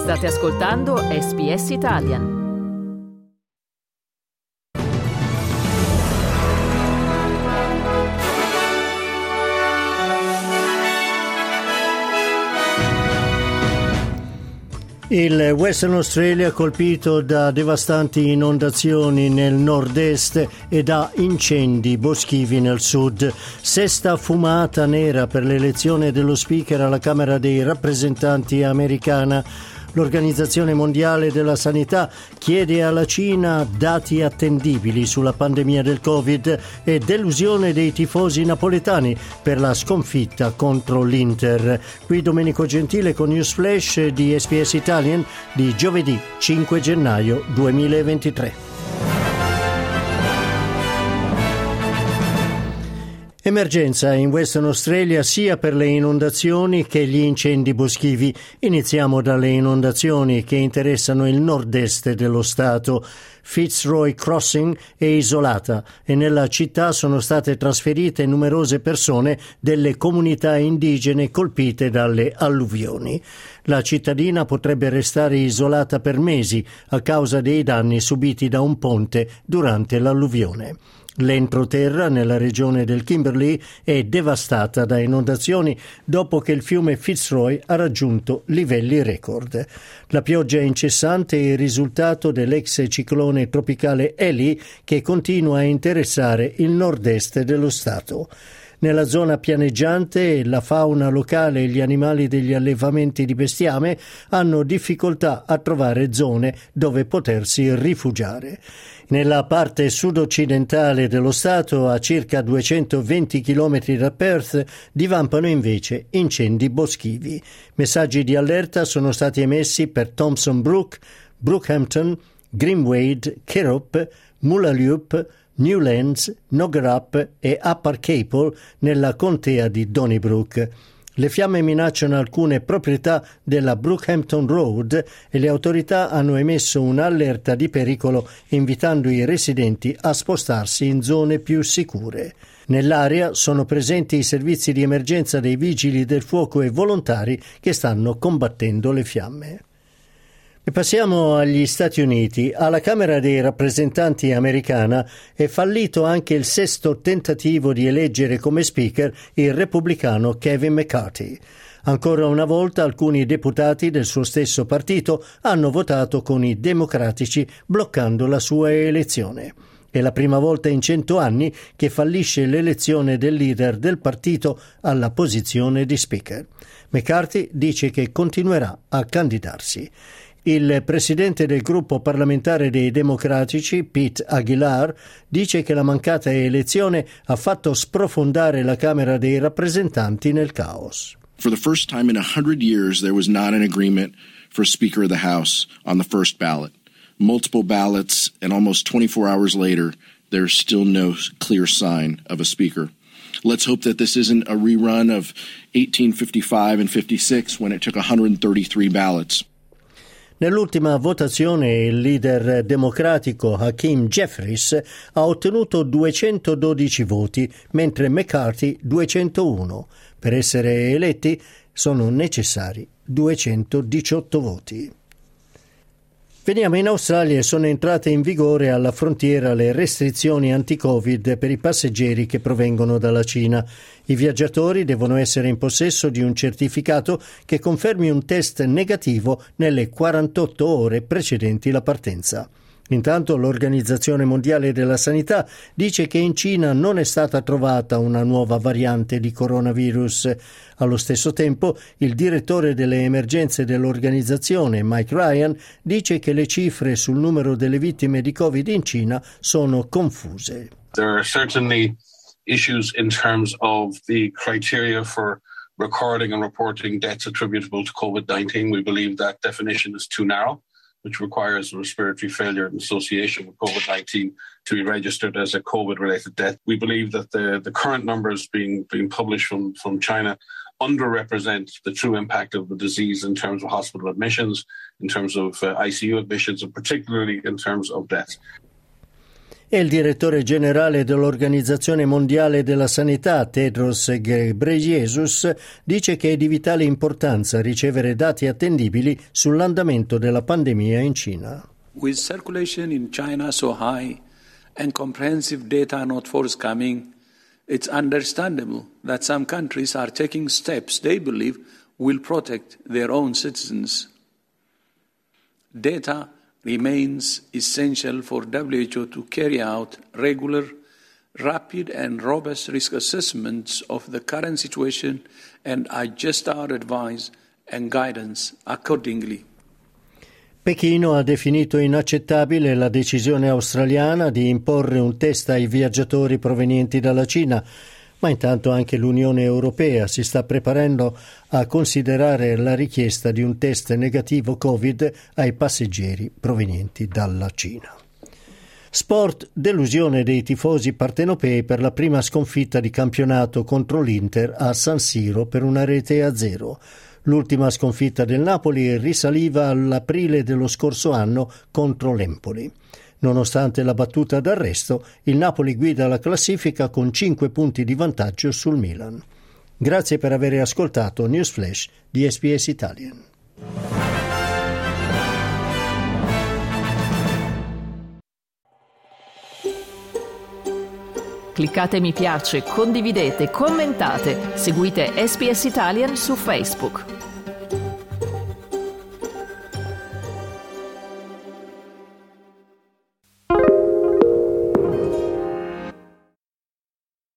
State ascoltando SBS Italian. Il Western Australia colpito da devastanti inondazioni nel nord-est e da incendi boschivi nel sud. Sesta fumata nera per l'elezione dello speaker alla Camera dei rappresentanti americana. L'Organizzazione Mondiale della Sanità chiede alla Cina dati attendibili sulla pandemia del Covid e delusione dei tifosi napoletani per la sconfitta contro l'Inter. Qui Domenico Gentile con News Flash di SBS Italian di giovedì 5 gennaio 2023. Emergenza in Western Australia sia per le inondazioni che gli incendi boschivi. Iniziamo dalle inondazioni che interessano il nord-est dello stato. Fitzroy Crossing è isolata e nella città sono state trasferite numerose persone delle comunità indigene colpite dalle alluvioni. La cittadina potrebbe restare isolata per mesi a causa dei danni subiti da un ponte durante l'alluvione. L'entroterra nella regione del Kimberley è devastata da inondazioni dopo che il fiume Fitzroy ha raggiunto livelli record. La pioggia incessante è il risultato dell'ex ciclone tropicale Ellie che continua a interessare il nord-est dello stato. Nella zona pianeggiante la fauna locale e gli animali degli allevamenti di bestiame hanno difficoltà a trovare zone dove potersi rifugiare. Nella parte sud-occidentale dello stato, a circa 220 km da Perth, divampano invece incendi boschivi. Messaggi di allerta sono stati emessi per Thompson Brook, Brookhampton, Greenwade, Kirrup, Moolaloop, Newlands, Nogerup e Upper Capel nella contea di Donnybrook. Le fiamme minacciano alcune proprietà della Brookhampton Road e le autorità hanno emesso un'allerta di pericolo invitando i residenti a spostarsi in zone più sicure. Nell'area sono presenti i servizi di emergenza dei vigili del fuoco e volontari che stanno combattendo le fiamme. E passiamo agli Stati Uniti. Alla Camera dei rappresentanti americana è fallito anche il sesto tentativo di eleggere come speaker il repubblicano Kevin McCarthy. Ancora una volta alcuni deputati del suo stesso partito hanno votato con i democratici bloccando la sua elezione. È la prima volta in 100 anni che fallisce l'elezione del leader del partito alla posizione di speaker. McCarthy dice che continuerà a candidarsi. Il presidente del gruppo parlamentare dei democratici, Pete Aguilar, dice che la mancata elezione ha fatto sprofondare la Camera dei rappresentanti nel caos. For the first time in 100 years, there was not an agreement for Speaker of the House on the first ballot. Multiple ballots, and almost 24 hours later, there's still no clear sign of a speaker. Let's hope that this isn't a rerun of 1855 and 56 when it took 133 ballots. Nell'ultima votazione il leader democratico Hakeem Jeffries ha ottenuto 212 voti, mentre McCarthy 201. Per essere eletti sono necessari 218 voti. Veniamo in Australia e sono entrate in vigore alla frontiera le restrizioni anti-Covid per i passeggeri che provengono dalla Cina. I viaggiatori devono essere in possesso di un certificato che confermi un test negativo nelle 48 ore precedenti la partenza. Intanto l'Organizzazione Mondiale della Sanità dice che in Cina non è stata trovata una nuova variante di coronavirus. Allo stesso tempo, il direttore delle emergenze dell'organizzazione, Mike Ryan, dice che le cifre sul numero delle vittime di Covid in Cina sono confuse. There are certainly issues in terms of the criteria for recording and reporting deaths attributable to COVID-19. We believe that definition is too narrow, which requires respiratory failure in association with COVID-19 to be registered as a COVID-related death. We believe that the current numbers being published from China underrepresent the true impact of the disease in terms of hospital admissions, in terms of ICU admissions, and particularly in terms of deaths. E il direttore generale dell'Organizzazione Mondiale della Sanità, Tedros Ghebreyesus, dice che è di vitale importanza ricevere dati attendibili sull'andamento della pandemia in Cina. With circulation in China so high and comprehensive data not forthcoming, it's understandable that some countries are taking steps they believe will protect their own citizens. Data remains essential for WHO to carry out regular, rapid and robust risk assessments of the current situation and adjust our advice and guidance accordingly. Pechino ha definito inaccettabile la decisione australiana di imporre un test ai viaggiatori provenienti dalla Cina, ma intanto anche l'Unione Europea si sta preparando a considerare la richiesta di un test negativo Covid ai passeggeri provenienti dalla Cina. Sport, delusione dei tifosi partenopei per la prima sconfitta di campionato contro l'Inter a San Siro per 1-0. L'ultima sconfitta del Napoli risaliva all'aprile dello scorso anno contro l'Empoli. Nonostante la battuta d'arresto, il Napoli guida la classifica con 5 punti di vantaggio sul Milan. Grazie per aver ascoltato News Flash di SBS Italian. Cliccate mi piace, condividete, commentate, seguite SBS Italian su Facebook.